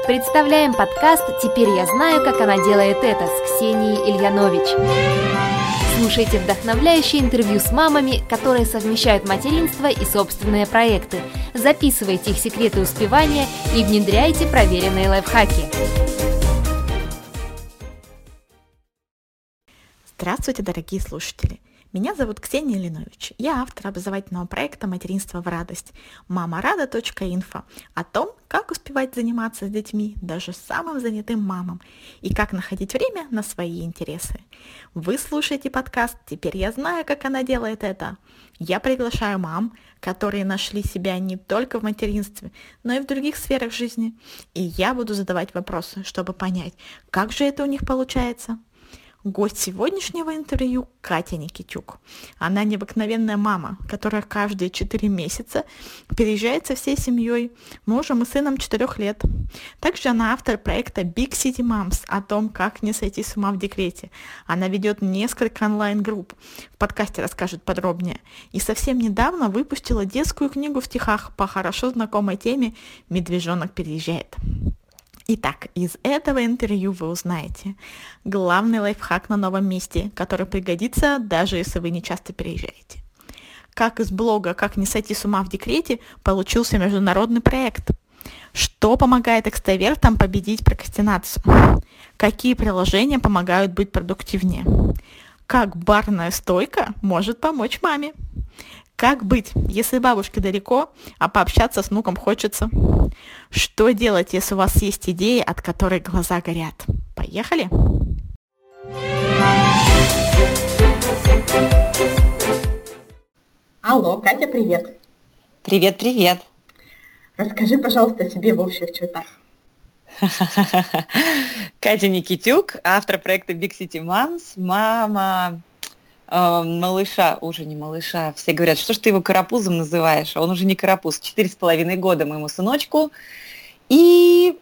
Представляем подкаст «Теперь я знаю, как она делает это» с Ксенией Ильянович. Слушайте вдохновляющие интервью с мамами, которые совмещают материнство и собственные проекты. Записывайте их секреты успевания и внедряйте проверенные лайфхаки. Здравствуйте, дорогие слушатели! Меня зовут Ксения Ильянович. Я автор образовательного проекта «Материнство в радость» mamarada.info о том, как успевать заниматься с детьми даже самым занятым мамам и как находить время на свои интересы. Вы слушаете подкаст «Теперь я знаю, как она делает это». Я приглашаю мам, которые нашли себя не только в материнстве, но и в других сферах жизни. И я буду задавать вопросы, чтобы понять, как же это у них получается. Гость сегодняшнего интервью – Катя Никитюк. Она необыкновенная мама, которая каждые 4 месяца переезжает со всей семьей, мужем и сыном 4 лет. Также она автор проекта Big City Moms о том, как не сойти с ума в декрете. Она ведет несколько онлайн-групп, в подкасте расскажет подробнее. И совсем недавно выпустила детскую книгу в стихах по хорошо знакомой теме «Медвежонок переезжает». Итак, из этого интервью вы узнаете главный лайфхак на новом месте, который пригодится, даже если вы не часто переезжаете. Как из блога «Как не сойти с ума в декрете» получился международный проект. Что помогает экстравертам победить прокрастинацию? Какие приложения помогают быть продуктивнее? Как барная стойка может помочь маме? Как быть, если бабушке далеко, а пообщаться с внуком хочется? Что делать, если у вас есть идеи, от которой глаза горят? Поехали! Алло, Катя, привет! Привет-привет! Расскажи, пожалуйста, о себе в общих чертах. Катя Никитюк, автор проекта Big City Moms, мама малыша, уже не малыша, все говорят, что ж ты его карапузом называешь, а он уже не карапуз, 4,5 года моему сыночку. И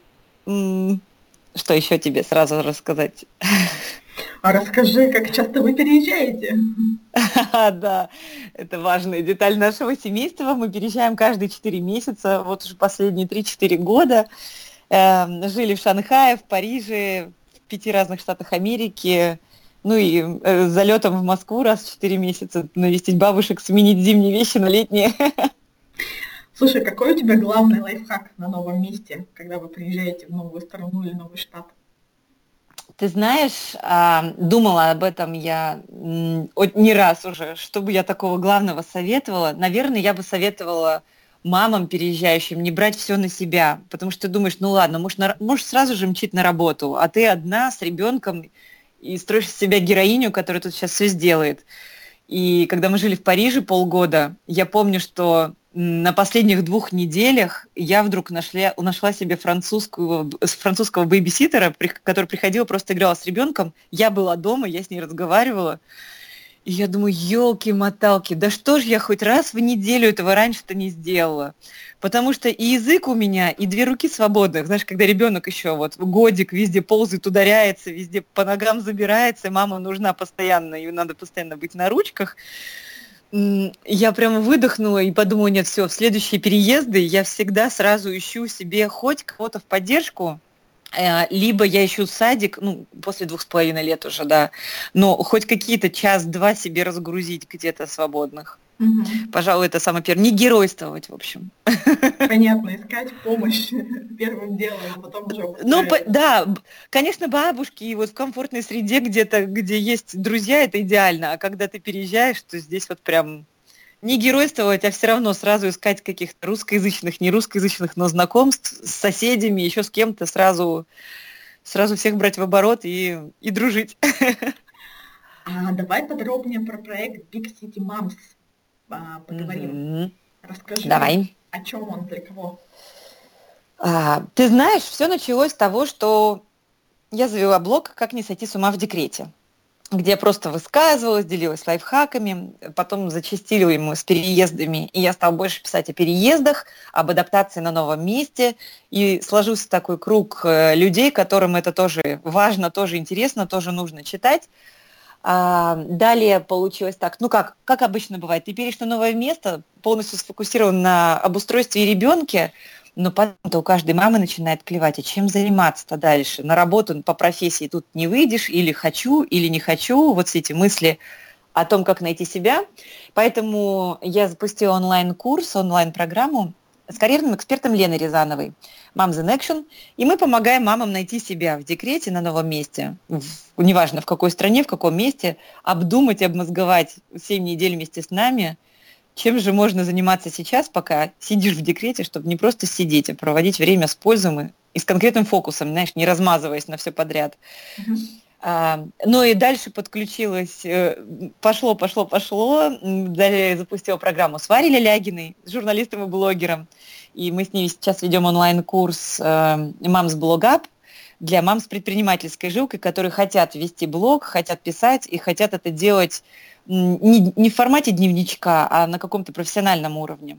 что еще тебе сразу рассказать? А расскажи, как часто вы переезжаете? Да, это важная деталь нашего семейства. Мы переезжаем каждые 4 месяца, вот уже последние 3-4 года. Жили в Шанхае, в Париже, в 5 разных штатах Америки. Ну и залетом в Москву раз в 4 месяца навестить бабушек, сменить зимние вещи на летние. Слушай, какой у тебя главный лайфхак на новом месте, когда вы приезжаете в новую страну или новый штат? Ты знаешь, думала об этом я не раз уже, что бы я такого главного советовала. Наверное, я бы советовала мамам, переезжающим, не брать все на себя, потому что ты думаешь, ну ладно, муж сразу же мчит на работу, а ты одна с ребенком, и строишь из себя героиню, которая тут сейчас все сделает. И когда мы жили в Париже полгода, я помню, что на последних 2 неделях я вдруг нашла себе французского бэйбиситера, который приходил, просто играла с ребенком. Я была дома, я с ней разговаривала. И я думаю, елки-моталки, да что ж я хоть раз в неделю этого раньше-то не сделала? Потому что и язык у меня, и 2 руки свободных. Знаешь, когда ребенок еще вот годик везде ползает, ударяется, везде по ногам забирается, и мама нужна постоянно, ее надо постоянно быть на ручках. Я прямо выдохнула и подумала, нет, все, в следующие переезды я всегда сразу ищу себе хоть кого-то в поддержку, либо я ищу садик, после 2,5 лет уже, да, но хоть какие-то час-два себе разгрузить где-то свободных. Угу. Пожалуй, это самое первое. Не геройствовать, в общем. Понятно, искать помощь первым делом, а потом уже... Да, конечно, бабушки и вот в комфортной среде где-то, где есть друзья, это идеально, а когда ты переезжаешь, то здесь вот прям... Не геройствовать, а все равно сразу искать каких-то русскоязычных, не русскоязычных, но знакомств с соседями, еще с кем-то, сразу всех брать в оборот и дружить. Давай подробнее про проект Big City Moms поговорим. Расскажи, Давай. О чем он, для кого? Ты знаешь, все началось с того, что я завела блог «Как не сойти с ума в декрете», где я просто высказывалась, делилась лайфхаками, потом зачастили мы с переездами, и я стала больше писать о переездах, об адаптации на новом месте, и сложился такой круг людей, которым это тоже важно, тоже интересно, тоже нужно читать. Далее получилось так, как обычно бывает, ты переезжаешь на новое место, полностью сфокусирован на обустройстве и ребенке, но потом-то у каждой мамы начинает клевать, а чем заниматься-то дальше? На работу по профессии тут не выйдешь, или хочу, или не хочу, вот все эти мысли о том, как найти себя. Поэтому я запустила онлайн-курс, онлайн-программу с карьерным экспертом Леной Рязановой «Moms in Action», и мы помогаем мамам найти себя в декрете на новом месте, неважно в какой стране, в каком месте, обдумать, обмозговать 7 недель вместе с нами, чем же можно заниматься сейчас, пока сидишь в декрете, чтобы не просто сидеть, а проводить время с пользой и с конкретным фокусом, знаешь, не размазываясь на все подряд. Ну и дальше подключилась, пошло. Далее я запустила программу с Варей Лялягиной, журналистом и блогером. И мы с ней сейчас ведем онлайн-курс «Moms Blog Up» для мам с предпринимательской жилкой, которые хотят вести блог, хотят писать и хотят это делать не в формате дневничка, а на каком-то профессиональном уровне.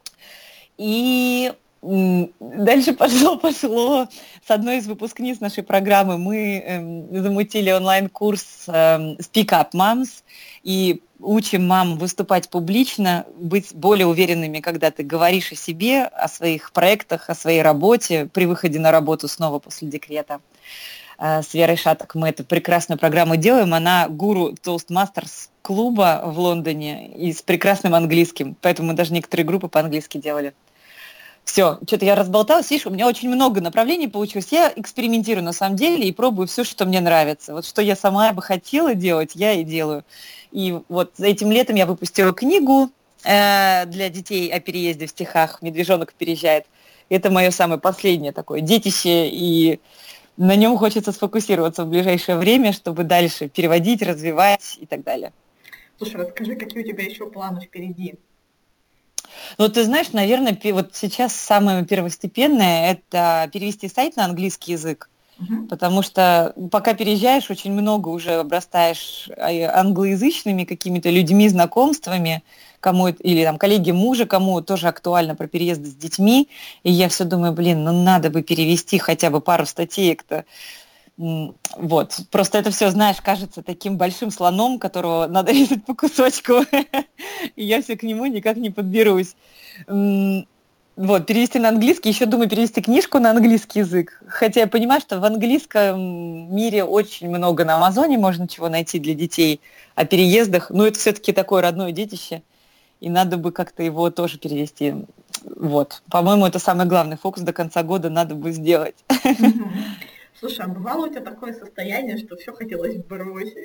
И дальше пошло. С одной из выпускниц нашей программы мы замутили онлайн-курс Speak Up Moms и учим мам выступать публично, быть более уверенными, когда ты говоришь о себе, о своих проектах, о своей работе при выходе на работу снова после декрета. С Верой Шаток мы эту прекрасную программу делаем. Она гуру Toastmasters клуба в Лондоне и с прекрасным английским, поэтому мы даже некоторые группы по-английски делали. Все, что-то я разболталась, видишь, у меня очень много направлений получилось. Я экспериментирую на самом деле и пробую все, что мне нравится. Вот что я сама бы хотела делать, я и делаю. И вот этим летом я выпустила книгу для детей о переезде в стихах «Медвежонок переезжает». Это мое самое последнее такое детище, и на нем хочется сфокусироваться в ближайшее время, чтобы дальше переводить, развивать и так далее. Слушай, расскажи, какие у тебя еще планы впереди? Ну, ты знаешь, наверное, вот сейчас самое первостепенное – это перевести сайт на английский язык, потому что пока переезжаешь, очень много уже обрастаешь англоязычными какими-то людьми, знакомствами, кому или там коллеги мужа, кому тоже актуально про переезды с детьми, и я все думаю, ну надо бы перевести хотя бы пару статеек-то. Вот, просто это все, знаешь, кажется таким большим слоном, которого надо резать по кусочку, и я все к нему никак не подберусь. Вот, перевести на английский, еще думаю перевести книжку на английский язык, хотя я понимаю, что в английском мире очень много на Амазоне можно чего найти для детей о переездах, но это все-таки такое родное детище, и надо бы как-то его тоже перевести. Вот, по-моему, это самый главный фокус до конца года надо бы сделать. Слушай, а бывало у тебя такое состояние, что все хотелось бросить?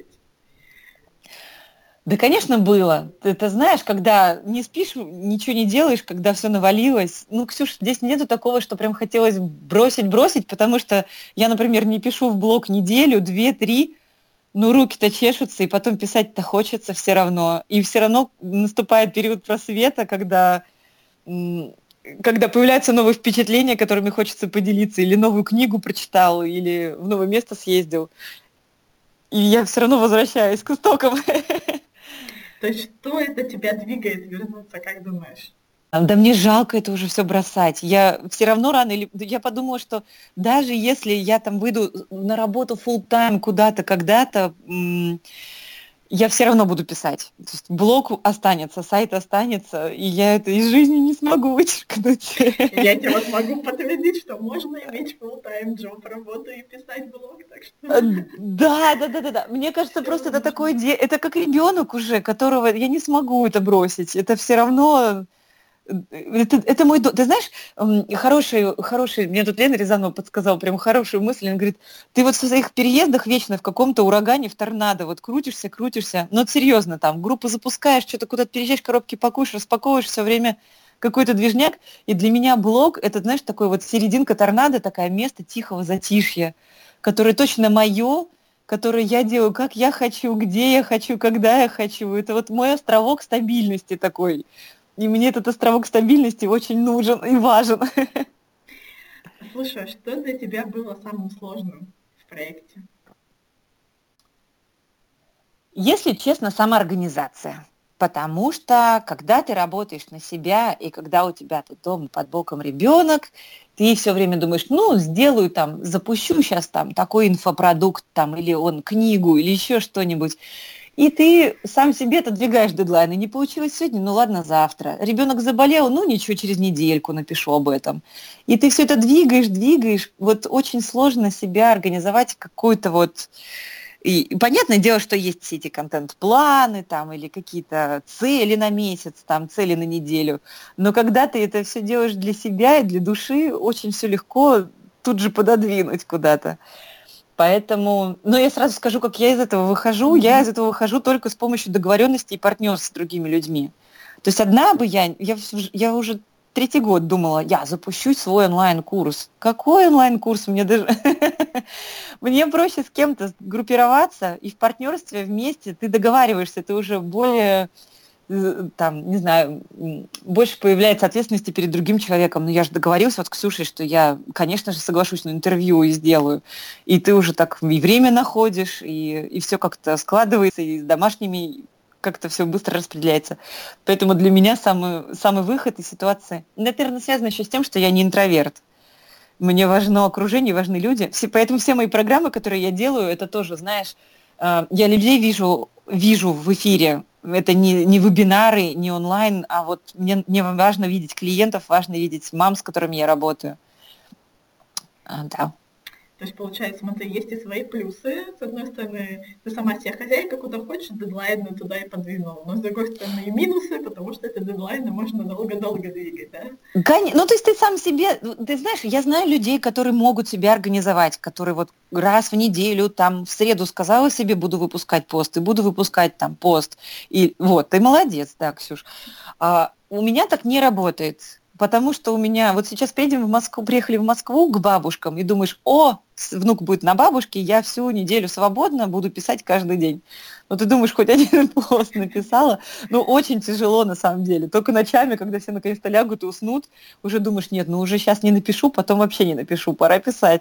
Да, конечно, было. Ты знаешь, когда не спишь, ничего не делаешь, когда все навалилось. Ну, Ксюш, здесь нету такого, что прям хотелось бросить, потому что я, например, не пишу в блог неделю, 2-3, но руки-то чешутся, и потом писать-то хочется все равно. И все равно наступает период просвета, когда появляются новые впечатления, которыми хочется поделиться, или новую книгу прочитал, или в новое место съездил. И я все равно возвращаюсь к истокам. То есть что это тебя двигает вернуться, как думаешь? Да мне жалко это уже все бросать. Я все равно я подумала, что даже если я там выйду на работу full-time куда-то, когда-то, я все равно буду писать. То есть блог останется, сайт останется, и я это из жизни не смогу вычеркнуть. Я тебе вот могу подтвердить, что можно иметь full-time job, работу и писать блог, так что... Да. Мне кажется, просто это такое, это как ребенок уже, которого я не смогу это бросить. Это все равно... Это мой... Ты знаешь, хороший, мне тут Лена Рязанова подсказала прям хорошую мысль, она говорит, ты вот в своих переездах вечно в каком-то урагане, в торнадо, вот крутишься, но вот серьезно, там, группу запускаешь, что-то куда-то переезжаешь, коробки пакуешь, распаковываешь, все время какой-то движняк, и для меня блог, это, знаешь, такой вот серединка торнадо, такое место тихого затишья, которое точно мое, которое я делаю, как я хочу, где я хочу, когда я хочу, это вот мой островок стабильности такой. И мне этот островок стабильности очень нужен и важен. Слушай, а что для тебя было самым сложным в проекте? Если честно, самоорганизация. Потому что, когда ты работаешь на себя, и когда у тебя тут дома под боком ребенок, ты все время думаешь, сделаю там, запущу сейчас там такой инфопродукт там, или книгу, или еще что-нибудь. И ты сам себе отодвигаешь дедлайны. Не получилось сегодня, ну ладно, завтра. Ребенок заболел, ну ничего, через недельку напишу об этом. И ты все это двигаешь. Вот очень сложно себя организовать какую-то вот... И понятное дело, что есть все эти контент-планы там или какие-то цели на месяц, там цели на неделю. Но когда ты это все делаешь для себя и для души, очень все легко тут же пододвинуть куда-то. Поэтому, ну, я сразу скажу, как я из этого выхожу. Я из этого выхожу только с помощью договоренности и партнерства с другими людьми. То есть одна бы я уже 3-й год думала, я запущу свой онлайн-курс. Какой онлайн-курс? Мне проще с кем-то группироваться, и в партнерстве вместе ты договариваешься, ты уже более, там, не знаю, больше появляется ответственности перед другим человеком. Но я же договорилась вот с Ксюшей, что я, конечно же, соглашусь на интервью и сделаю. И ты уже так и время находишь, и все как-то складывается, и с домашними как-то все быстро распределяется. Поэтому для меня самый выход из ситуации, наверное, связано еще с тем, что я не интроверт. Мне важно окружение, важны люди. Поэтому все мои программы, которые я делаю, это тоже, знаешь, я людей вижу в эфире. Это не вебинары, не онлайн, а вот мне важно видеть клиентов, важно видеть мам, с которыми я работаю. Да. То есть, получается, смотри, есть и свои плюсы. С одной стороны, ты сама себе хозяйка, куда хочешь, дедлайны туда и подвинула. Но с другой стороны, и минусы, потому что эти дедлайны можно долго-долго двигать, да? Ну, то есть ты сам себе, ты знаешь, я знаю людей, которые могут себя организовать, которые вот раз в неделю, там, в среду сказала себе, буду выпускать пост, и буду выпускать там пост. И вот, ты молодец, да, Ксюш. У меня так не работает. Потому что у меня, вот сейчас приехали в Москву к бабушкам, и думаешь, внук будет на бабушке, я всю неделю свободна, буду писать каждый день. Но ты думаешь, хоть один пост написала, но очень тяжело на самом деле. Только ночами, когда все наконец-то лягут и уснут, уже думаешь, нет, ну уже сейчас не напишу, потом вообще не напишу, пора писать.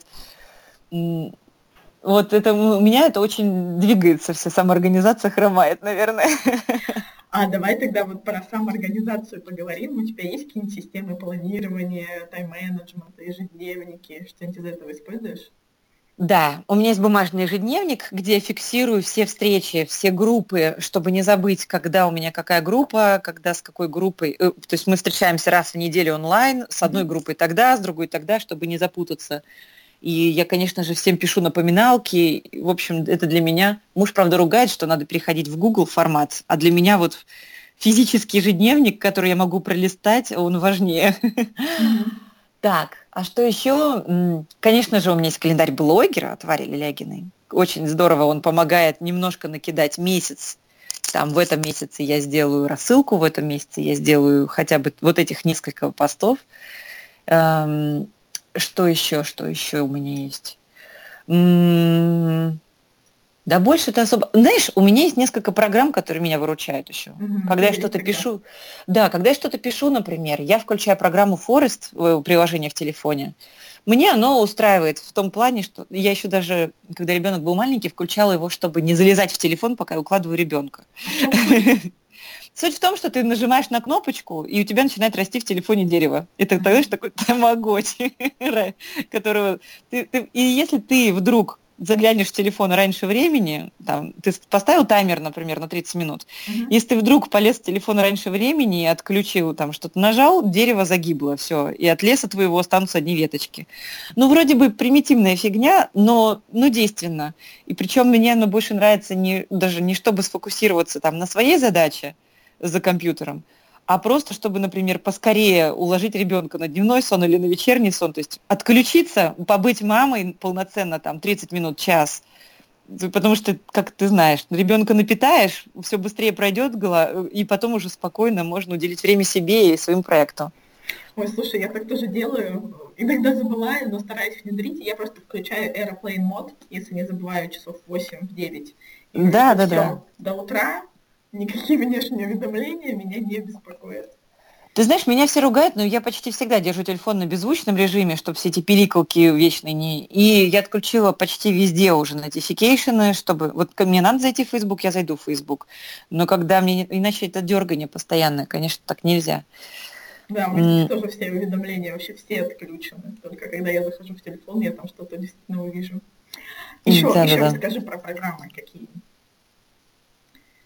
Вот это у меня это очень двигается, вся самоорганизация хромает, наверное. А давай тогда вот про самоорганизацию поговорим. У тебя есть какие-нибудь системы планирования, тайм-менеджмента, ежедневники? Что-нибудь из этого используешь? Да, у меня есть бумажный ежедневник, где я фиксирую все встречи, все группы, чтобы не забыть, когда у меня какая группа, когда с какой группой. То есть мы встречаемся раз в неделю онлайн, с одной группой тогда, с другой тогда, чтобы не запутаться. И я, конечно же, всем пишу напоминалки. В общем, это для меня... Муж, правда, ругает, что надо переходить в Google формат, а для меня вот физический ежедневник, который я могу пролистать, он важнее. Так, а что еще? Конечно же, у меня есть календарь блогера от Вари Лилягиной. Очень здорово, он помогает немножко накидать месяц. Там в этом месяце я сделаю рассылку, в этом месяце я сделаю хотя бы вот этих несколько постов. Что еще у меня есть? Да больше-то особо... Знаешь, у меня есть несколько программ, которые меня выручают еще. Когда я что-то пишу... Да, когда я что-то пишу, например, я включаю программу Forest, приложение в телефоне. Мне оно устраивает в том плане, что я еще даже, когда ребенок был маленький, включала его, чтобы не залезать в телефон, пока я укладываю ребенка. Суть в том, что ты нажимаешь на кнопочку, и у тебя начинает расти в телефоне дерево. Это, знаешь, такой тамагочи, которого... И если ты вдруг заглянешь в телефон раньше времени, там, ты поставил таймер, например, на 30 минут, если ты вдруг полез в телефон раньше времени и отключил, там, что-то нажал, дерево загибло, все, и от леса твоего останутся одни веточки. Ну, вроде бы примитивная фигня, но действенно. И причем мне оно больше нравится даже не чтобы сфокусироваться там на своей задаче за компьютером, а просто чтобы, например, поскорее уложить ребенка на дневной сон или на вечерний сон, то есть отключиться, побыть мамой полноценно там 30 минут, час, потому что, как ты знаешь, ребенка напитаешь, все быстрее пройдет, и потом уже спокойно можно уделить время себе и своим проекту. Ой, слушай, я так тоже делаю. Иногда забываю, но стараюсь внедрить. Я просто включаю Airplane мод, если не забываю, часов 8-9. Да. До утра никакие внешние уведомления меня не беспокоят. Ты знаешь, меня все ругают, но я почти всегда держу телефон на беззвучном режиме, чтобы все эти пиликалки вечные не... И я отключила почти везде уже notification, чтобы... Вот мне надо зайти в Facebook, я зайду в Facebook. Но когда мне... Иначе это дергание постоянное, конечно, так нельзя. Да, у меня тоже все уведомления, вообще все отключены. Только когда я захожу в телефон, я там что-то действительно увижу. Еще расскажи про программы какие.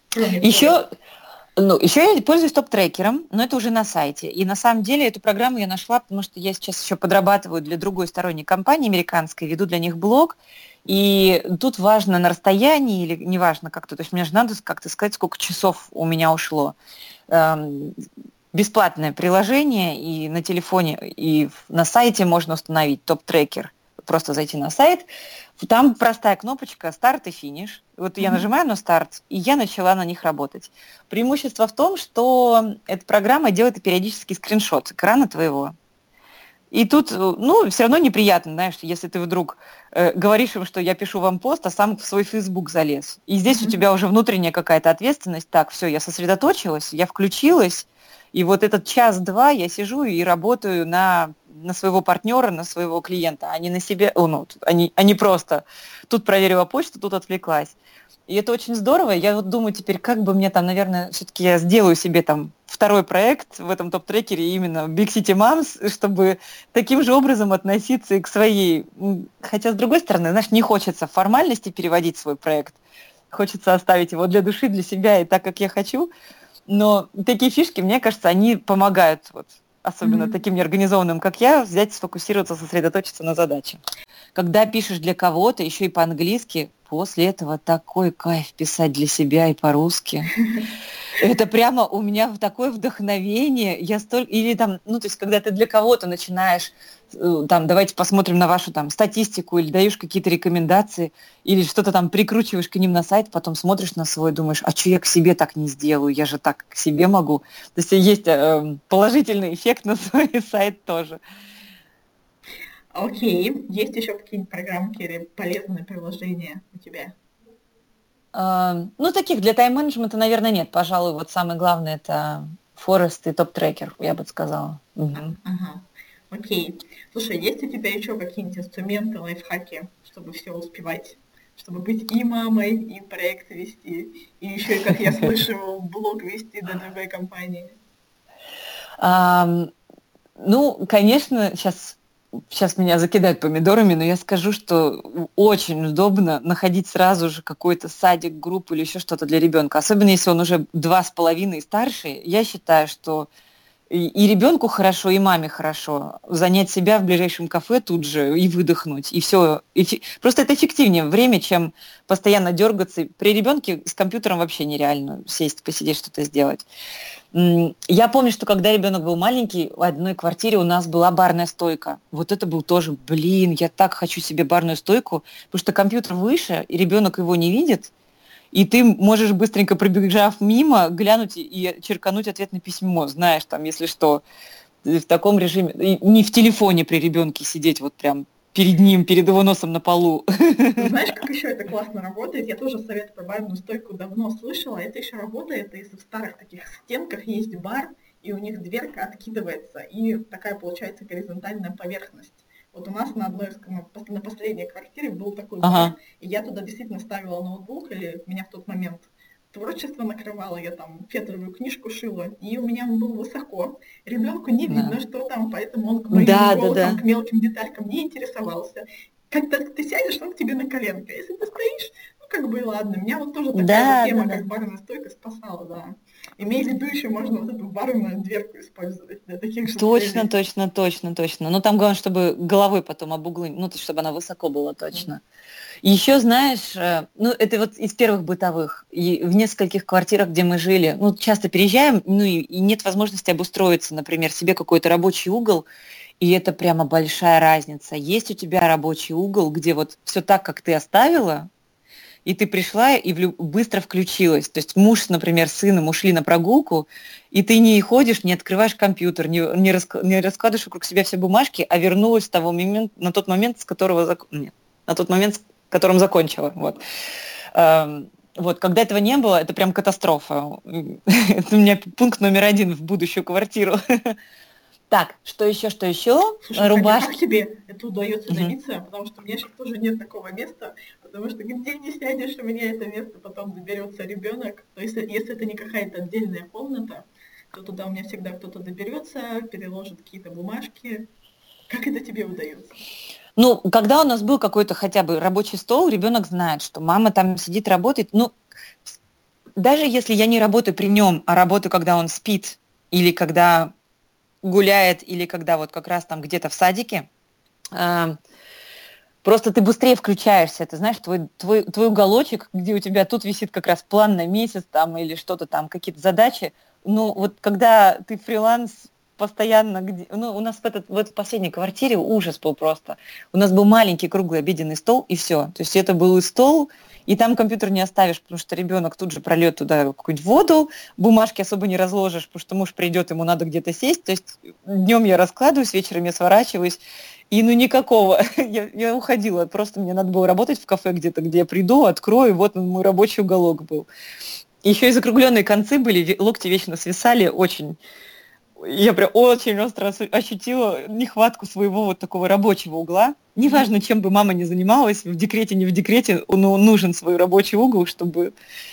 Еще я пользуюсь топ-трекером, но это уже на сайте. И на самом деле эту программу я нашла, потому что я сейчас еще подрабатываю для другой сторонней компании американской, веду для них блог. И тут важно на расстоянии или неважно как-то, то есть мне же надо как-то сказать, сколько часов у меня ушло. Бесплатное приложение, и на телефоне, и на сайте можно установить топ-трекер. Просто зайти на сайт. Там простая кнопочка «Старт» и «Финиш». Вот я нажимаю на «Старт», и я начала на них работать. Преимущество в том, что эта программа делает периодический скриншот экрана твоего. И тут, все равно неприятно, знаешь, если ты вдруг говоришь им, что я пишу вам пост, а сам в свой Facebook залез. И здесь у тебя уже внутренняя какая-то ответственность. Так, все, я сосредоточилась, я включилась, и вот этот час-два я сижу и работаю на своего партнера, на своего клиента, а не на себе, а не просто тут проверила почту, тут отвлеклась. И это очень здорово. Я вот думаю теперь, как бы мне там, наверное, все-таки я сделаю себе там второй проект в этом топ-трекере, именно Big City Moms, чтобы таким же образом относиться и к своей. Хотя, с другой стороны, знаешь, не хочется в формальности переводить свой проект. Хочется оставить его для души, для себя и так, как я хочу. Но такие фишки, мне кажется, они помогают, вот, особенно таким неорганизованным, как я, взять, сфокусироваться, сосредоточиться на задаче. Когда пишешь для кого-то, еще и по-английски, после этого такой кайф писать для себя и по-русски. Это прямо у меня такое вдохновение. Или там, то есть, когда ты для кого-то начинаешь, там, давайте посмотрим на вашу там статистику, или даешь какие-то рекомендации, или что-то там прикручиваешь к ним на сайт, потом смотришь на свой, думаешь, а что я к себе так не сделаю, я же так к себе могу. То есть есть положительный эффект на свой сайт тоже. Окей. Есть еще какие-нибудь программки или полезные приложения у тебя? Таких для тайм-менеджмента, наверное, нет. Пожалуй, вот самое главное это Forest и топ-трекер, я бы сказала. Ага. Окей. Слушай, есть у тебя еще какие-нибудь инструменты, лайфхаки, чтобы все успевать? Чтобы быть и мамой, и проект вести, и еще, и, как я слышу, блог вести для другой компании? Конечно, сейчас меня закидают помидорами, но я скажу, что очень удобно находить сразу же какой-то садик, группу или еще что-то для ребенка. Особенно если он уже 2,5 и старше. Я считаю, что и ребенку хорошо, и маме хорошо занять себя в ближайшем кафе тут же и выдохнуть. И все. Просто это эффективнее время, чем постоянно дергаться. При ребенке с компьютером вообще нереально сесть, посидеть, что-то сделать. Я помню, что когда ребенок был маленький, в одной квартире у нас была барная стойка. Вот это был тоже, я так хочу себе барную стойку, потому что компьютер выше, и ребенок его не видит, и ты можешь быстренько, пробежав мимо, глянуть и черкануть ответное письмо, знаешь, там, если что, в таком режиме, и не в телефоне при ребенке сидеть вот прям перед ним, перед его носом на полу. Знаешь, как еще это классно работает? Я тоже совет про барную стойку давно слышала. Это еще работает, если в старых таких стенках есть бар, и у них дверка откидывается, и такая получается горизонтальная поверхность. Вот у нас на последней квартире был такой бар, и я туда действительно ставила ноутбук, или меня в тот момент творчество накрывало, я там фетровую книжку шила, и у меня он был высоко. Ребенку не видно, что там, поэтому он к моим голосам, к мелким деталькам не интересовался. Когда ты сядешь, он к тебе на коленке. Если ты стоишь, ладно. Меня вот тоже такая тема, как барная стойка, спасала, да. Имея в виду, еще можно вот эту барную дверку использовать для таких же целей. Точно. Но там главное, чтобы головой потом об углы, чтобы она высоко была точно. Еще, знаешь, это вот из первых бытовых. И в нескольких квартирах, где мы жили, часто переезжаем, и нет возможности обустроиться, например, себе какой-то рабочий угол, и это прямо большая разница. Есть у тебя рабочий угол, где вот все так, как ты оставила, и ты пришла и быстро включилась. То есть муж, например, с сыном ушли на прогулку, и ты не ходишь, не открываешь компьютер, не раскладываешь вокруг себя все бумажки, а вернулась на тот момент, с которым закончила. Вот. Вот, когда этого не было, это прям катастрофа. Это у меня пункт номер 1 в будущую квартиру. Так, что еще? Слушай, рубашки. Как тебе это удается добиться? Потому что у меня сейчас тоже нет такого места, потому что где не сядешь, у меня это место потом доберется ребенок. То есть, если это не какая-то отдельная комната, то туда у меня всегда кто-то доберется, переложит какие-то бумажки. Как это тебе удается? Когда у нас был какой-то хотя бы рабочий стол, ребенок знает, что мама там сидит, работает. даже если я не работаю при нем, а работаю, когда он спит, или когда гуляет, или когда вот как раз там где-то в садике, просто ты быстрее включаешься, ты знаешь, твой уголочек, где у тебя тут висит как раз план на месяц там или что-то там, какие-то задачи. Ну, вот когда ты фриланс постоянно, у нас в этой последней квартире ужас был просто. У нас был маленький круглый обеденный стол, и все. То есть это был и стол, и там компьютер не оставишь, потому что ребенок тут же прольет туда какую-нибудь воду, бумажки особо не разложишь, потому что муж придет, ему надо где-то сесть. То есть днем я раскладываюсь, вечером я сворачиваюсь, и никакого. Я уходила, просто мне надо было работать в кафе где-то, где я приду, открою, вот мой рабочий уголок был. Еще и закругленные концы были, локти вечно свисали, очень. Я прям очень остро ощутила нехватку своего вот такого рабочего угла. Неважно, чем бы мама ни занималась, в декрете, не в декрете, но нужен свой рабочий угол, чтобы...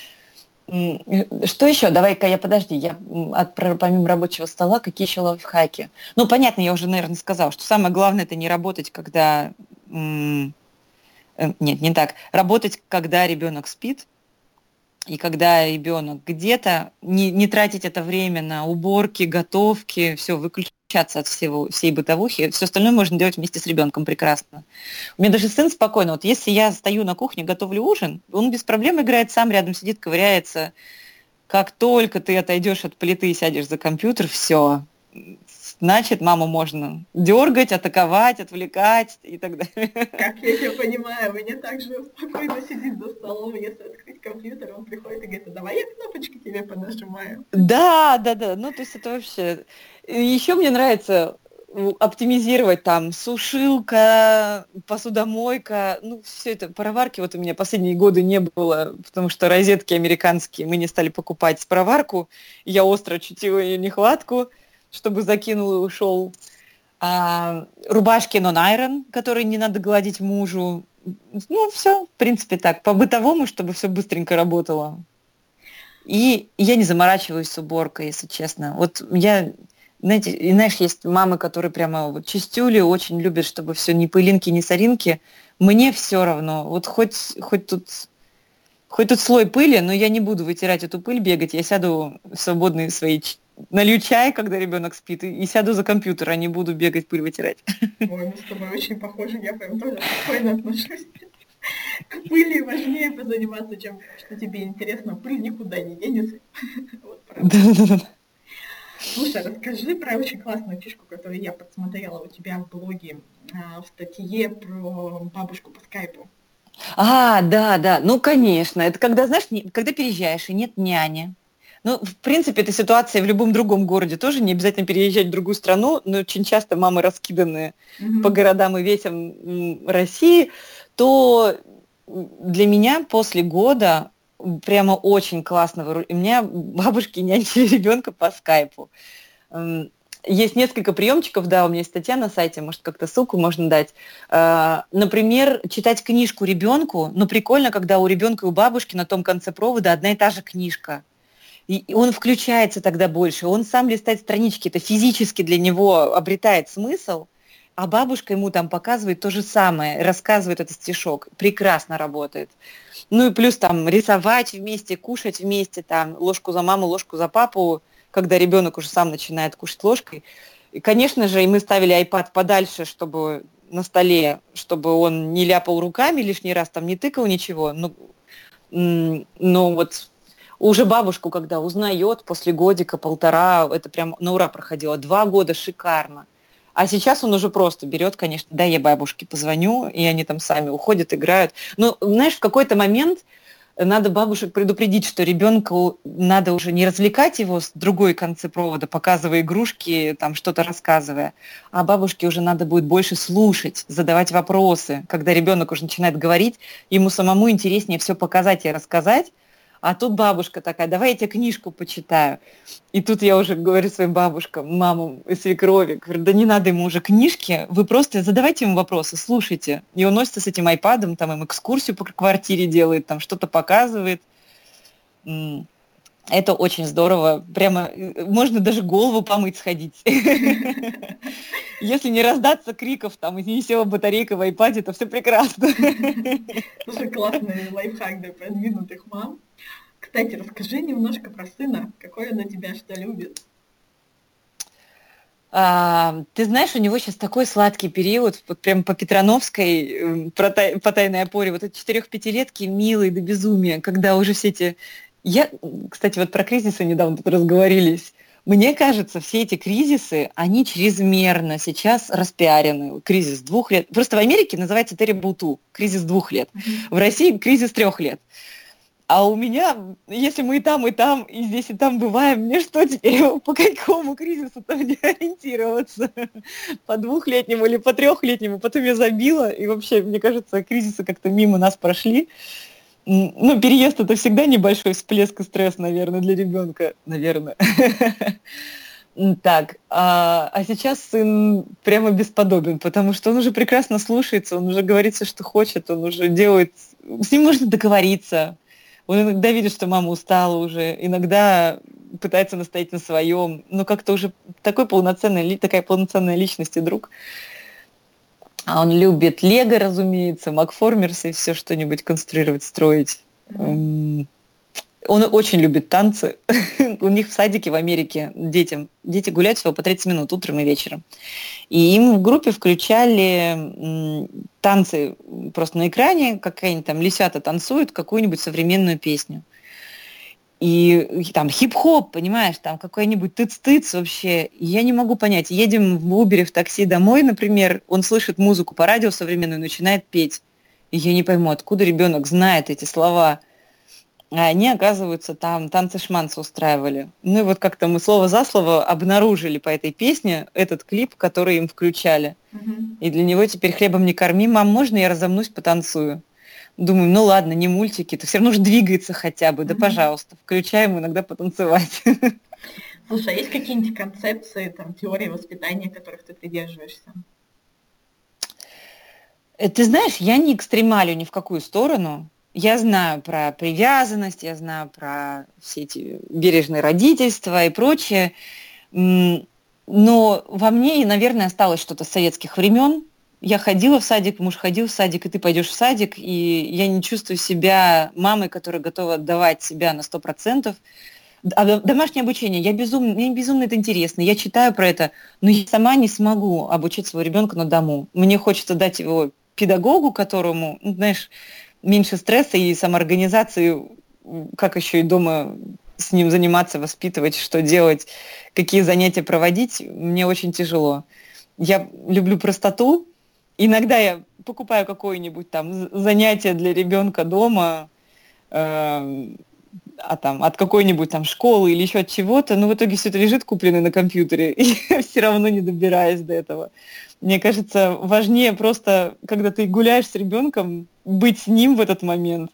Что еще? Давай-ка помимо рабочего стола, какие еще лайфхаки? Ну, понятно, я уже, наверное, сказала, что самое главное – это не работать, когда... Нет, не так. Работать, когда ребенок спит, и когда ребенок где-то, не тратить это время на уборки, готовки, все, выключаться от всей бытовухи. Все остальное можно делать вместе с ребенком прекрасно. У меня даже сын спокойно. Вот если я стою на кухне, готовлю ужин, он без проблем играет сам, рядом сидит, ковыряется. Как только ты отойдешь от плиты и сядешь за компьютер, все. Значит, маму можно дергать, атаковать, отвлекать и так далее. Как я тебя понимаю, у меня также спокойно сидит за столом, если открыть компьютер, он приходит и говорит, давай я кнопочки тебе понажимаю. Да, ну то есть это вообще... Еще мне нравится оптимизировать там сушилка, посудомойка, все это, пароварки вот у меня последние годы не было, потому что розетки американские, мы не стали покупать пароварку, я остро ощутила ее нехватку, чтобы закинул и ушел. Рубашки non-iron, которые не надо гладить мужу. Все, в принципе, так, по-бытовому, чтобы все быстренько работало. И я не заморачиваюсь с уборкой, если честно. Вот я, знаешь, есть мамы, которые прямо вот чистюли, очень любят, чтобы все ни пылинки, ни соринки. Мне все равно. Вот хоть тут слой пыли, но я не буду вытирать эту пыль, бегать. Я сяду в свободные свои... Налью чай, когда ребенок спит, и сяду за компьютер, а не буду бегать, пыль вытирать. Ой, мы с тобой очень похожи, я прям тоже спокойно отношусь. К пыли важнее позаниматься, чем что тебе интересно. Пыль никуда не денется. Слушай, расскажи про очень классную фишку, которую я подсмотрела у тебя в блоге, в статье про бабушку по скайпу. Да, конечно. Это когда, знаешь, когда переезжаешь и нет няни. В принципе, эта ситуация в любом другом городе тоже, не обязательно переезжать в другую страну, но очень часто мамы раскиданы по городам и весям России, то для меня после года прямо очень классно. У меня бабушки нянчили ребенка по скайпу. Есть несколько приемчиков, да, у меня есть статья на сайте, может, как-то ссылку можно дать. Например, читать книжку ребенку, но прикольно, когда у ребенка и у бабушки на том конце провода одна и та же книжка. И он включается тогда больше, он сам листает странички, это физически для него обретает смысл, а бабушка ему там показывает то же самое, рассказывает этот стишок, прекрасно работает. И плюс там рисовать вместе, кушать вместе, там ложку за маму, ложку за папу, когда ребенок уже сам начинает кушать ложкой. И, конечно же, и мы ставили iPad подальше, чтобы на столе, чтобы он не ляпал руками лишний раз, там не тыкал ничего, но вот... Уже бабушку, когда узнает после годика-полтора, это прям на ура проходило. 2 года шикарно. А сейчас он уже просто берет, конечно, да, я бабушке позвоню, и они там сами уходят, играют. Знаешь, в какой-то момент надо бабушек предупредить, что ребенку надо уже не развлекать его с другой концы провода, показывая игрушки, там что-то рассказывая, а бабушке уже надо будет больше слушать, задавать вопросы. Когда ребенок уже начинает говорить, ему самому интереснее все показать и рассказать. А тут бабушка такая, давай я тебе книжку почитаю. И тут я уже говорю своим бабушкам, мамам и свекрови, говорю, да не надо ему уже книжки, вы просто задавайте ему вопросы, слушайте. И он носится с этим айпадом, там им экскурсию по квартире делает, там что-то показывает. Это очень здорово. Прямо можно даже голову помыть сходить. Если не раздаться криков, там, и не села батарейка в айпаде, то все прекрасно. Тоже классный лайфхак для продвинутых мам. Кстати, расскажи немножко про сына, какой он у тебя, что любит. Ты знаешь, у него сейчас такой сладкий период, вот прям по Петрановской, по тайной опоре, вот эти 4-5-летки милые до безумия, когда уже все эти... Кстати, вот про кризисы недавно тут разговорились. Мне кажется, все эти кризисы, они чрезмерно сейчас распиарены. Кризис 2 лет. Просто в Америке называется terrible two, кризис 2 лет. В России кризис 3 лет. А у меня, если мы и там, и здесь, и там бываем, мне что теперь, по какому кризису-то мне ориентироваться? По 2-летнему или по 3-летнему? Потом я забила, и вообще, мне кажется, кризисы как-то мимо нас прошли. Ну, переезд — это всегда небольшой всплеск и стресс, наверное, для ребенка, наверное. Так, а сейчас сын прямо бесподобен, потому что он уже прекрасно слушается, он уже говорит все, что хочет, он уже делает... С ним можно договориться. Он иногда видит, что мама устала уже, иногда пытается настоять на своем, но как-то уже такая полноценная личность и друг. А он любит Лего, разумеется, Макформерс и все что-нибудь конструировать, строить. Он очень любит танцы. У них в садике в Америке дети гуляют всего по 30 минут утром и вечером. И им в группе включали танцы просто на экране, какая-нибудь там лисята танцуют какую-нибудь современную песню. И там хип-хоп, понимаешь, там какой-нибудь тыц-тыц вообще. И я не могу понять. Едем в Убере в такси домой, например, он слышит музыку по радио современную и начинает петь. И я не пойму, откуда ребенок знает эти слова. А они, оказывается, там танцы-шманцы устраивали. Ну и вот как-то мы слово за слово обнаружили по этой песне этот клип, который им включали. И для него теперь хлебом не корми. Мам, можно я разомнусь, потанцую? Думаю, ну ладно, не мультики, то все равно же двигается хотя бы, да пожалуйста, включаем иногда потанцевать. Слушай, а есть какие-нибудь концепции, там, теории воспитания, которых ты придерживаешься? Ты знаешь, я не экстремалю ни в какую сторону. Я знаю про привязанность, я знаю про все эти бережные родительства и прочее, но во мне, наверное, осталось что-то с советских времен. Я ходила в садик, муж ходил в садик, и ты пойдешь в садик, и я не чувствую себя мамой, которая готова отдавать себя на 100%. А домашнее обучение, мне безумно это интересно, я читаю про это, но я сама не смогу обучить своего ребенка на дому. Мне хочется дать его педагогу, которому, знаешь, меньше стресса и самоорганизации, как еще и дома с ним заниматься, воспитывать, что делать, какие занятия проводить, мне очень тяжело. Я люблю простоту. Иногда я покупаю какое-нибудь там занятие для ребенка дома, от какой-нибудь там школы или еще от чего-то, но в итоге все это лежит купленное на компьютере, и я все равно не добираюсь до этого. Мне кажется, важнее просто, когда ты гуляешь с ребенком, быть с ним в этот момент.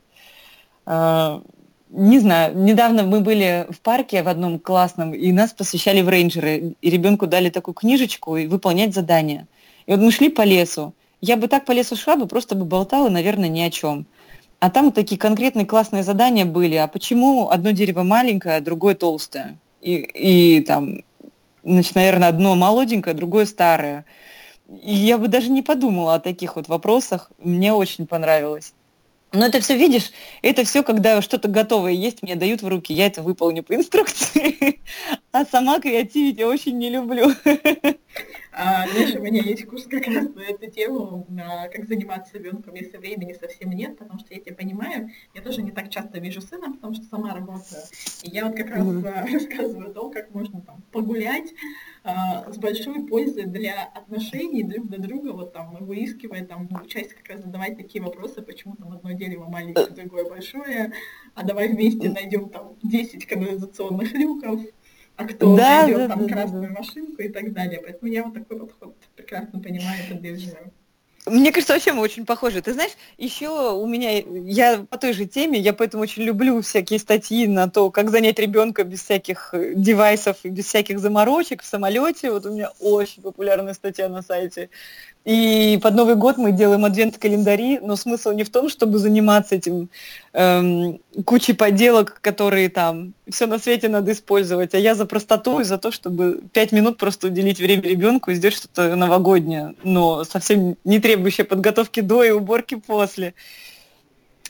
Не знаю, недавно мы были в парке в одном классном, и нас посвящали в рейнджеры, и ребенку дали такую книжечку и выполнять задания. И вот мы шли по лесу. Я бы так по лесу шла бы, просто бы болтала, наверное, ни о чем. А там такие конкретные классные задания были. А почему одно дерево маленькое, а другое толстое? И там, значит, наверное, одно молоденькое, другое старое. И я бы даже не подумала о таких вот вопросах. Мне очень понравилось. Но это все, видишь, это все, когда что-то готовое есть, мне дают в руки, я это выполню по инструкции. А сама креативить я очень не люблю. Знаешь, у меня есть курс как раз на эту тему, как заниматься ребенком, если времени совсем нет, потому что я тебя понимаю, я тоже не так часто вижу сына, потому что сама работаю. И я вот как раз рассказываю о том, как можно там погулять с большой пользой для отношений друг до друга, вот там выискивая, там, учась как раз задавать такие вопросы, почему там одно дерево маленькое, другое большое, а давай вместе найдем там 10 канализационных люков, а кто найдет там красную машинку и так далее. Поэтому я вот такой подход прекрасно понимаю, поддерживаю. Мне кажется, вообще мы очень похожи. Ты знаешь, еще у меня, я по той же теме, я поэтому очень люблю всякие статьи на то, как занять ребенка без всяких девайсов и без всяких заморочек в самолете. Вот у меня очень популярная статья на сайте. И под Новый год мы делаем адвент-календари, но смысл не в том, чтобы заниматься этим кучей поделок, которые там все на свете надо использовать, а я за простоту и за то, чтобы 5 минут просто уделить время ребенку и сделать что-то новогоднее, но совсем не требующее подготовки до и уборки после.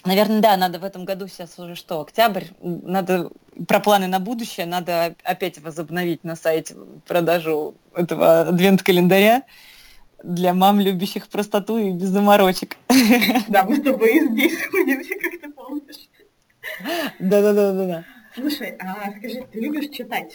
Наверное, да, надо в этом году сейчас уже что, октябрь, надо про планы на будущее, надо опять возобновить на сайте продажу этого адвент-календаря для мам, любящих простоту и без заморочек. Да, мы с тобой и здесь ходимся, как ты помнишь. Да. Слушай, а скажи, ты любишь читать?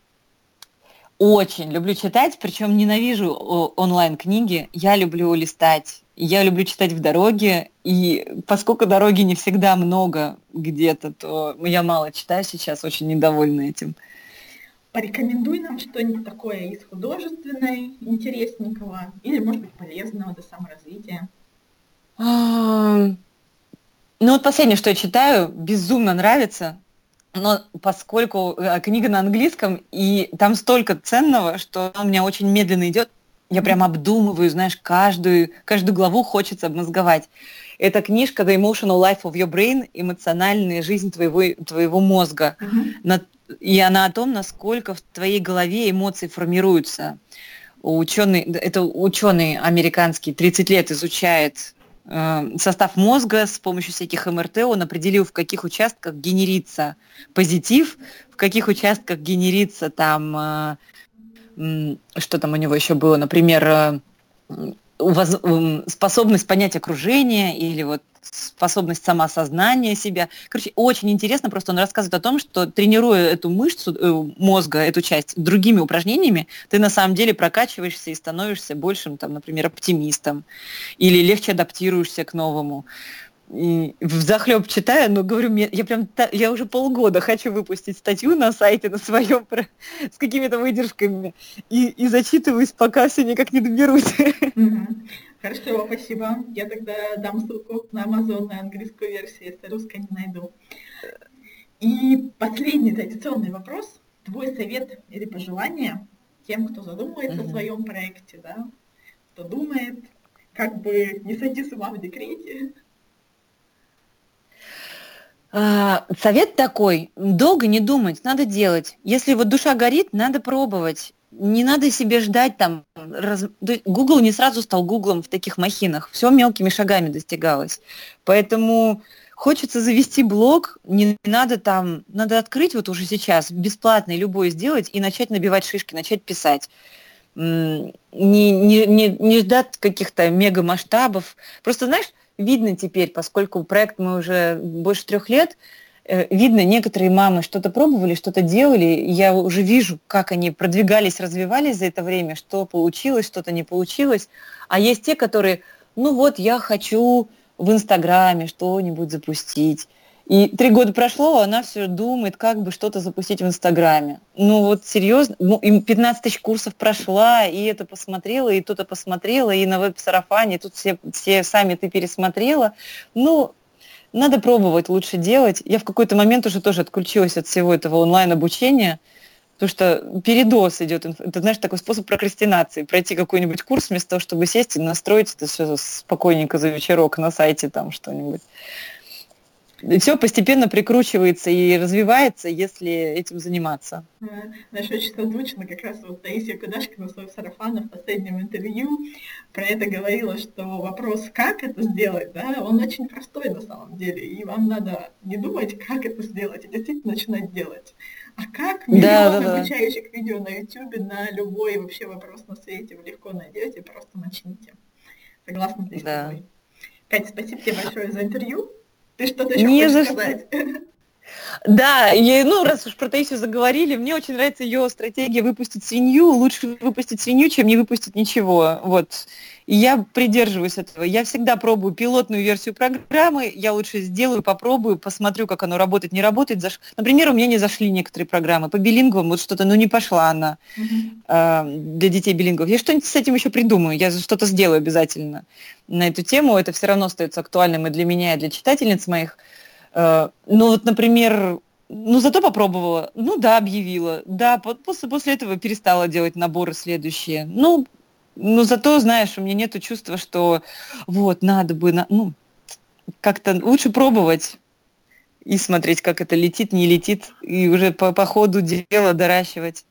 Очень люблю читать, причем ненавижу онлайн-книги. Я люблю листать, я люблю читать в дороге, и поскольку дороги не всегда много где-то, то я мало читаю сейчас, очень недовольна этим. Порекомендуй нам что-нибудь такое из художественной, интересненького, или, может быть, полезного для саморазвития. Ну вот последнее, что я читаю, безумно нравится. Но поскольку книга на английском, и там столько ценного, что она у меня очень медленно идет, я прям обдумываю, знаешь, каждую главу хочется обмозговать. Это книжка The Emotional Life of Your Brain, эмоциональная жизнь твоего мозга. И она о том, насколько в твоей голове эмоции формируются. Это ученый американский, 30 лет изучает состав мозга с помощью всяких МРТ, он определил, в каких участках генерится позитив, в каких участках генерится там, что там у него еще было, например, способность понять окружение или вот способность самоосознания себя. Короче, очень интересно, просто он рассказывает о том, что тренируя эту мышцу мозга, эту часть, другими упражнениями, ты на самом деле прокачиваешься и становишься большим, там, например, оптимистом или легче адаптируешься к новому. И взахлеб читаю, но говорю, я уже полгода хочу выпустить статью на сайте на своем с какими-то выдержками и зачитываюсь, пока все никак не доберусь. Хорошо, спасибо. Я тогда дам ссылку на Amazon на английскую версию, если русской не найду. И последний традиционный вопрос. Твой совет или пожелание тем, кто задумывается о своем проекте, да, кто думает, как бы не сойти с ума в декрете? Совет такой, долго не думать, надо делать. Если вот душа горит, надо пробовать. Не надо себе ждать там. Google не сразу стал Гуглом в таких махинах. Все мелкими шагами достигалось. Поэтому хочется завести блог, не надо там, надо открыть вот уже сейчас, бесплатный любой сделать и начать набивать шишки, начать писать. Не ждать каких-то мега масштабов. Просто, знаешь, видно теперь, поскольку проект мы уже больше 3 лет, видно, некоторые мамы что-то пробовали, что-то делали, и я уже вижу, как они продвигались, развивались за это время, что получилось, что-то не получилось. А есть те, которые, ну вот, я хочу в Инстаграме что-нибудь запустить. И 3 года прошло, а она все думает, как бы что-то запустить в Инстаграме. Ну вот серьезно, им 15 тысяч курсов прошла, и это посмотрела, и то-то посмотрела, и на веб-сарафане, и тут все сами ты пересмотрела. Ну, надо пробовать, лучше делать. Я в какой-то момент уже тоже отключилась от всего этого онлайн-обучения, потому что передоз идет. Это, знаешь, такой способ прокрастинации. Пройти какой-нибудь курс вместо того, чтобы сесть и настроить это все спокойненько за вечерок на сайте там что-нибудь. Все постепенно прикручивается и развивается, если этим заниматься. Знаешь, очень созвучно, как раз вот Таисия Кудашкина в своем сарафане в последнем интервью про это говорила, что вопрос, как это сделать, да, он очень простой на самом деле, и вам надо не думать, как это сделать, а действительно начинать делать. А как миллион обучающих видео на YouTube на любой вообще вопрос на свете вы легко найдете, просто начните. Согласна с тобой. Катя, спасибо тебе большое за интервью. Ты что-то еще хочешь сказать? Да, раз уж про Таисию заговорили, мне очень нравится ее стратегия выпустить свинью. Лучше выпустить свинью, чем не выпустить ничего. Вот. И я придерживаюсь этого. Я всегда пробую пилотную версию программы, я лучше сделаю, попробую, посмотрю, как оно работает, не работает. Например, у меня не зашли некоторые программы. По билингвам вот что-то, не пошла она для детей билингвов. Я что-нибудь с этим еще придумаю, я что-то сделаю обязательно на эту тему. Это все равно остается актуальным и для меня, и для читательниц моих. Ну вот, например, зато попробовала, объявила, после этого перестала делать наборы следующие. Зато, знаешь, у меня нету чувства, что вот, надо бы, как-то лучше пробовать и смотреть, как это летит, не летит, и уже по ходу дела доращивать.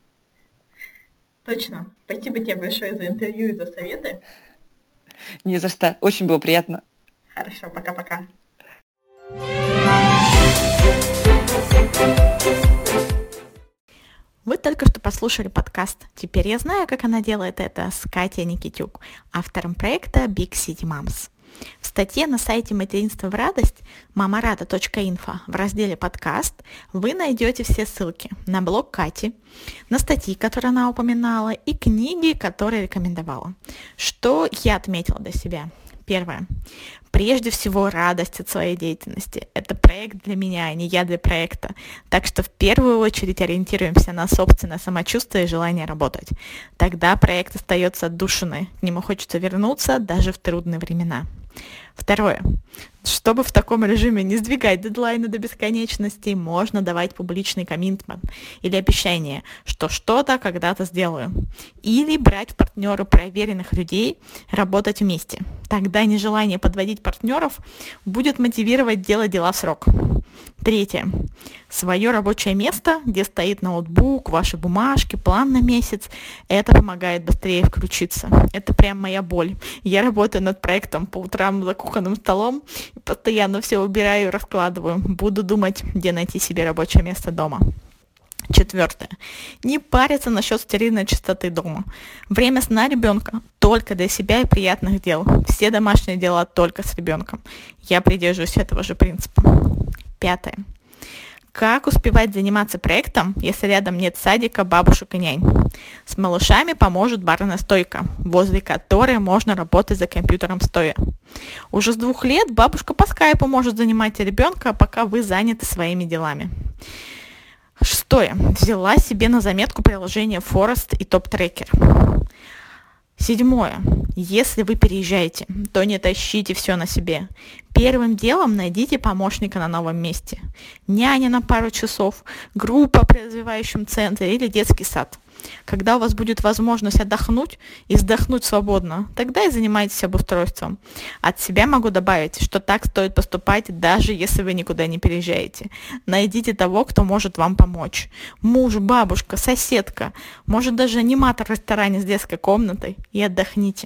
Точно. Спасибо тебе большое за интервью и за советы. Не за что. Очень было приятно. Хорошо, пока-пока. Вы только что послушали подкаст «Теперь я знаю, как она делает это» с Катей Никитюк, автором проекта Big City Moms. В статье на сайте «Материнство в радость» mamarada.info в разделе «Подкаст» вы найдете все ссылки на блог Кати, на статьи, которые она упоминала, и книги, которые рекомендовала. Что я отметила для себя? Первое. Прежде всего, радость от своей деятельности. Это проект для меня, а не я для проекта. Так что в первую очередь ориентируемся на собственное самочувствие и желание работать. Тогда проект остается отдушиной. К нему хочется вернуться даже в трудные времена. Второе. Чтобы в таком режиме не сдвигать дедлайны до бесконечности, можно давать публичный коммитмент или обещание, что что-то когда-то сделаю. Или брать в партнеры проверенных людей, работать вместе. Тогда нежелание подводить партнеров будет мотивировать делать дела в срок. Третье. Свое рабочее место, где стоит ноутбук, ваши бумажки, план на месяц, это помогает быстрее включиться. Это прям моя боль. Я работаю над проектом по утрам за кухонным столом, постоянно все убираю и раскладываю. Буду думать, где найти себе рабочее место дома. Четвертое. Не париться насчет стерильной чистоты дома. Время сна ребенка только для себя и приятных дел. Все домашние дела только с ребенком. Я придерживаюсь этого же принципа. Пятое. Как успевать заниматься проектом, если рядом нет садика, бабушек и нянь? С малышами поможет барная стойка, возле которой можно работать за компьютером стоя. Уже с 2 лет бабушка по скайпу может занимать ребенка, пока вы заняты своими делами. Шестое. Взяла себе на заметку приложение Forest и Top Tracker. Седьмое. Если вы переезжаете, то не тащите все на себе. Первым делом найдите помощника на новом месте. Няня на пару часов, группа при развивающем центре или детский сад. Когда у вас будет возможность отдохнуть и вздохнуть свободно, тогда и занимайтесь обустройством. От себя могу добавить, что так стоит поступать, даже если вы никуда не переезжаете. Найдите того, кто может вам помочь. Муж, бабушка, соседка, может даже аниматор в ресторане с детской комнатой, и отдохните.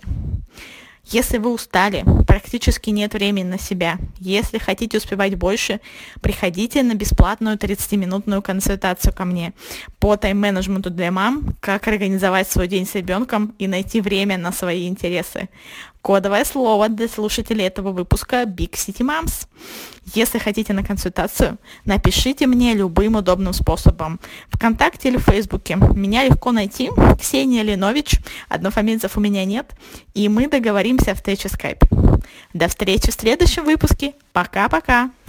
Если вы устали, практически нет времени на себя, если хотите успевать больше, приходите на бесплатную 30-минутную консультацию ко мне по тайм-менеджменту для мам, как организовать свой день с ребенком и найти время на свои интересы. Кодовое слово для слушателей этого выпуска Big City Moms. Если хотите на консультацию, напишите мне любым удобным способом. ВКонтакте или в Фейсбуке. Меня легко найти. Ксения Линович. Однофамильцев у меня нет. И мы договоримся о встрече в скайпе. До встречи в следующем выпуске. Пока-пока.